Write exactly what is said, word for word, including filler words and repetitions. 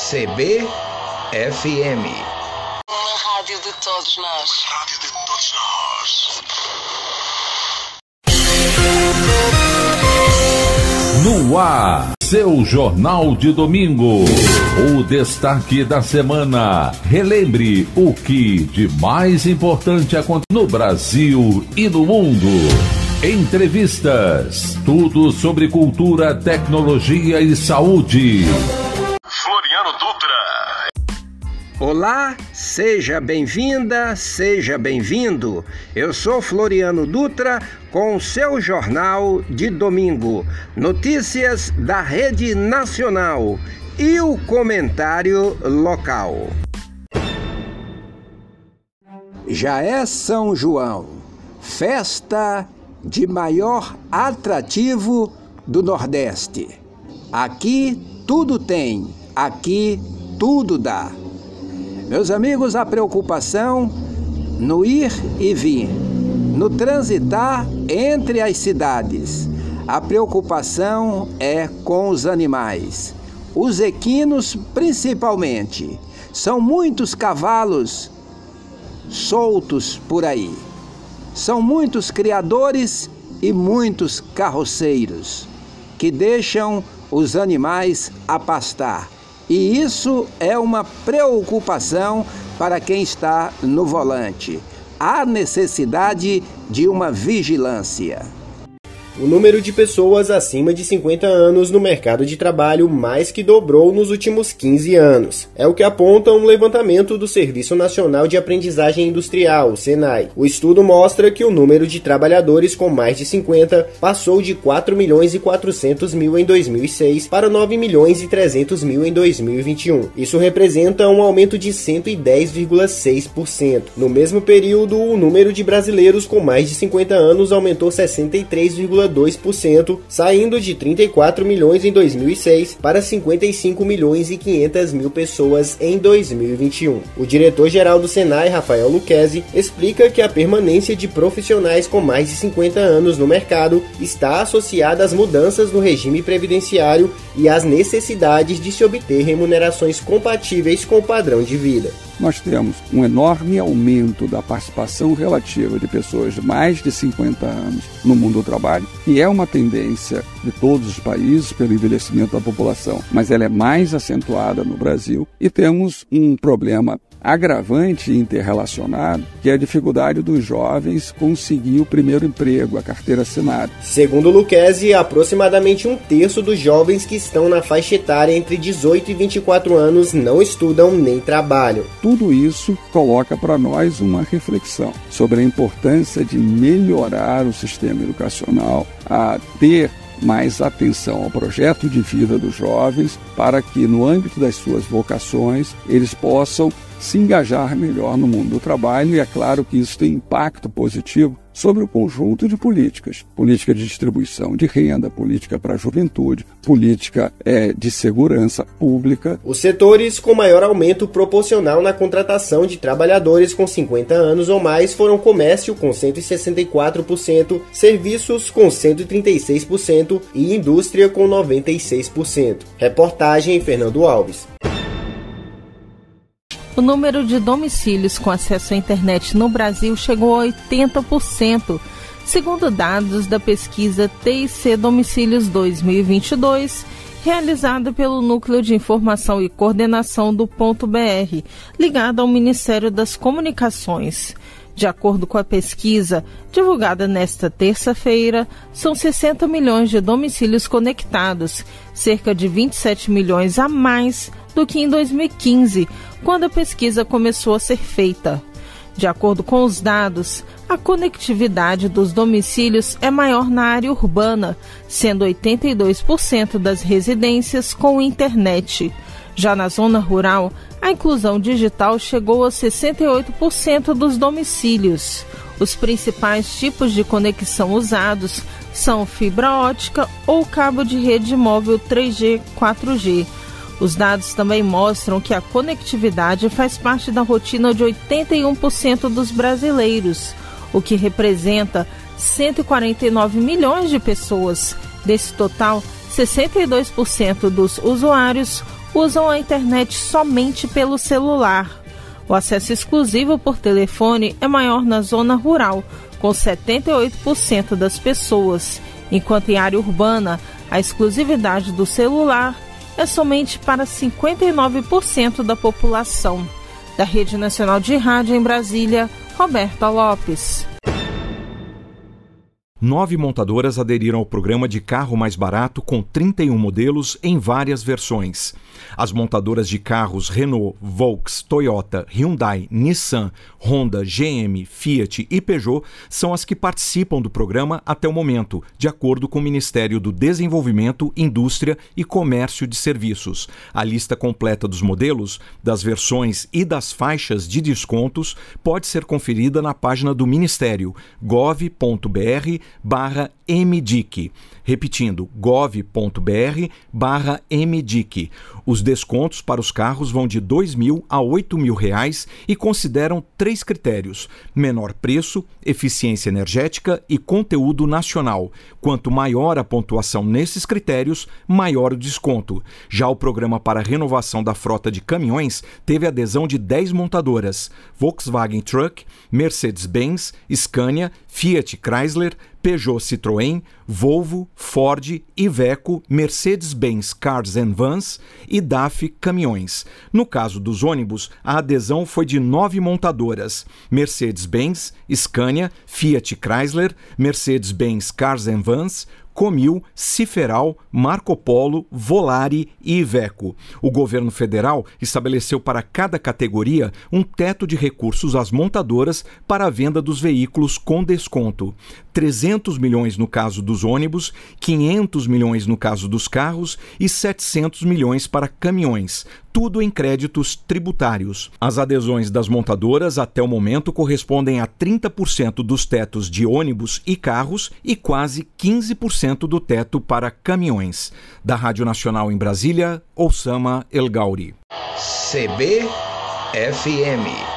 C B F M. Uma rádio de todos nós. Uma rádio de todos nós. No ar, seu Jornal de Domingo. O destaque da semana. Relembre o que de mais importante acontece no Brasil e no mundo. Entrevistas. Tudo sobre cultura, tecnologia e saúde. Floriano Dutra. Olá, seja bem-vinda, seja bem-vindo. Eu sou Floriano Dutra com o seu Jornal de Domingo. Notícias da Rede Nacional e o comentário local. Já é São João, festa de maior atrativo do Nordeste. Aqui tudo tem, aqui tudo dá. Meus amigos, a preocupação no ir e vir, no transitar entre as cidades. A preocupação é com os animais, os equinos principalmente. São muitos cavalos soltos por aí. São muitos criadores e muitos carroceiros que deixam os animais a pastar. E isso é uma preocupação para quem está no volante. Há necessidade de uma vigilância. O número de pessoas acima de cinquenta anos no mercado de trabalho mais que dobrou nos últimos quinze anos. É o que aponta um levantamento do Serviço Nacional de Aprendizagem Industrial, o SENAI. O estudo mostra que o número de trabalhadores com mais de cinquenta passou de quatro milhões e quatrocentos mil em dois mil e seis para nove milhões e trezentos mil em dois mil e vinte e um. Isso representa um aumento de cento e dez vírgula seis por cento. No mesmo período, o número de brasileiros com mais de cinquenta anos aumentou sessenta e três vírgula dois por cento, saindo de trinta e quatro milhões em dois mil e seis para cinquenta e cinco milhões e quinhentas mil pessoas em dois mil e vinte e um. O diretor-geral do SENAI, Rafael Lucchesi, explica que a permanência de profissionais com mais de cinquenta anos no mercado está associada às mudanças no regime previdenciário e às necessidades de se obter remunerações compatíveis com o padrão de vida. Nós temos um enorme aumento da participação relativa de pessoas de mais de cinquenta anos no mundo do trabalho, que é uma tendência de todos os países pelo envelhecimento da população, mas ela é mais acentuada no Brasil e temos um problema agravante interrelacionado, que é a dificuldade dos jovens conseguir o primeiro emprego, a carteira assinada. Segundo Lucchesi, aproximadamente um terço dos jovens que estão na faixa etária entre dezoito e vinte e quatro anos não estudam nem trabalham. Tudo isso coloca para nós uma reflexão sobre a importância de melhorar o sistema educacional, a ter mais atenção ao projeto de vida dos jovens para que, no âmbito das suas vocações, eles possam se engajar melhor no mundo do trabalho, e é claro que isso tem impacto positivo sobre o conjunto de políticas. Política de distribuição de renda, política para a juventude, política é, de segurança pública. Os setores com maior aumento proporcional na contratação de trabalhadores com cinquenta anos ou mais foram comércio com cento e sessenta e quatro por cento, serviços com cento e trinta e seis por cento e indústria com noventa e seis por cento. Reportagem Fernando Alves. O número de domicílios com acesso à internet no Brasil chegou a oitenta por cento, segundo dados da pesquisa T I C Domicílios dois mil e vinte e dois, realizada pelo Núcleo de Informação e Coordenação do Ponto B R, ligado ao Ministério das Comunicações. De acordo com a pesquisa, divulgada nesta terça-feira, são sessenta milhões de domicílios conectados, cerca de vinte e sete milhões a mais do que em dois mil e quinze, quando a pesquisa começou a ser feita. De acordo com os dados, a conectividade dos domicílios é maior na área urbana, sendo oitenta e dois por cento das residências com internet. Já na zona rural, a inclusão digital chegou a sessenta e oito por cento dos domicílios. Os principais tipos de conexão usados são fibra ótica ou cabo de rede móvel três G, quatro G. Os dados também mostram que a conectividade faz parte da rotina de oitenta e um por cento dos brasileiros, o que representa cento e quarenta e nove milhões de pessoas. Desse total, sessenta e dois por cento dos usuários usam a internet somente pelo celular. O acesso exclusivo por telefone é maior na zona rural, com setenta e oito por cento das pessoas, enquanto em área urbana, a exclusividade do celular é somente para cinquenta e nove por cento da população. Da Rede Nacional de Rádio em Brasília, Roberta Lopes. Nove montadoras aderiram ao programa de carro mais barato com trinta e um modelos em várias versões. As montadoras de carros Renault, Volks, Toyota, Hyundai, Nissan, Honda, G M, Fiat e Peugeot são as que participam do programa até o momento, de acordo com o Ministério do Desenvolvimento, Indústria e Comércio de Serviços. A lista completa dos modelos, das versões e das faixas de descontos pode ser conferida na página do Ministério, gov ponto br barra M D I C. Repetindo, gov ponto br barra M D I C. Os descontos para os carros vão de dois mil a oito mil reais e consideram três critérios: menor preço, eficiência energética e conteúdo nacional. Quanto maior a pontuação nesses critérios, maior o desconto. Já o programa para a renovação da frota de caminhões teve adesão de dez montadoras: Volkswagen Truck, Mercedes-Benz, Scania, Fiat Chrysler, Peugeot Citroën, Volvo, Ford, Iveco, Mercedes-Benz Cars and Vans e D A F Caminhões. No caso dos ônibus, a adesão foi de nove montadoras: Mercedes-Benz, Scania, Fiat Chrysler, Mercedes-Benz Cars and Vans, Comil, Ciferal, Marco Polo, Volare e Iveco. O governo federal estabeleceu para cada categoria um teto de recursos às montadoras para a venda dos veículos com desconto. trezentos milhões no caso dos ônibus, quinhentos milhões no caso dos carros e setecentos milhões para caminhões. Tudo em créditos tributários. As adesões das montadoras até o momento correspondem a trinta por cento dos tetos de ônibus e carros e quase quinze por cento do teto para caminhões. Da Rádio Nacional em Brasília, Oussama El Gauri. C B F M.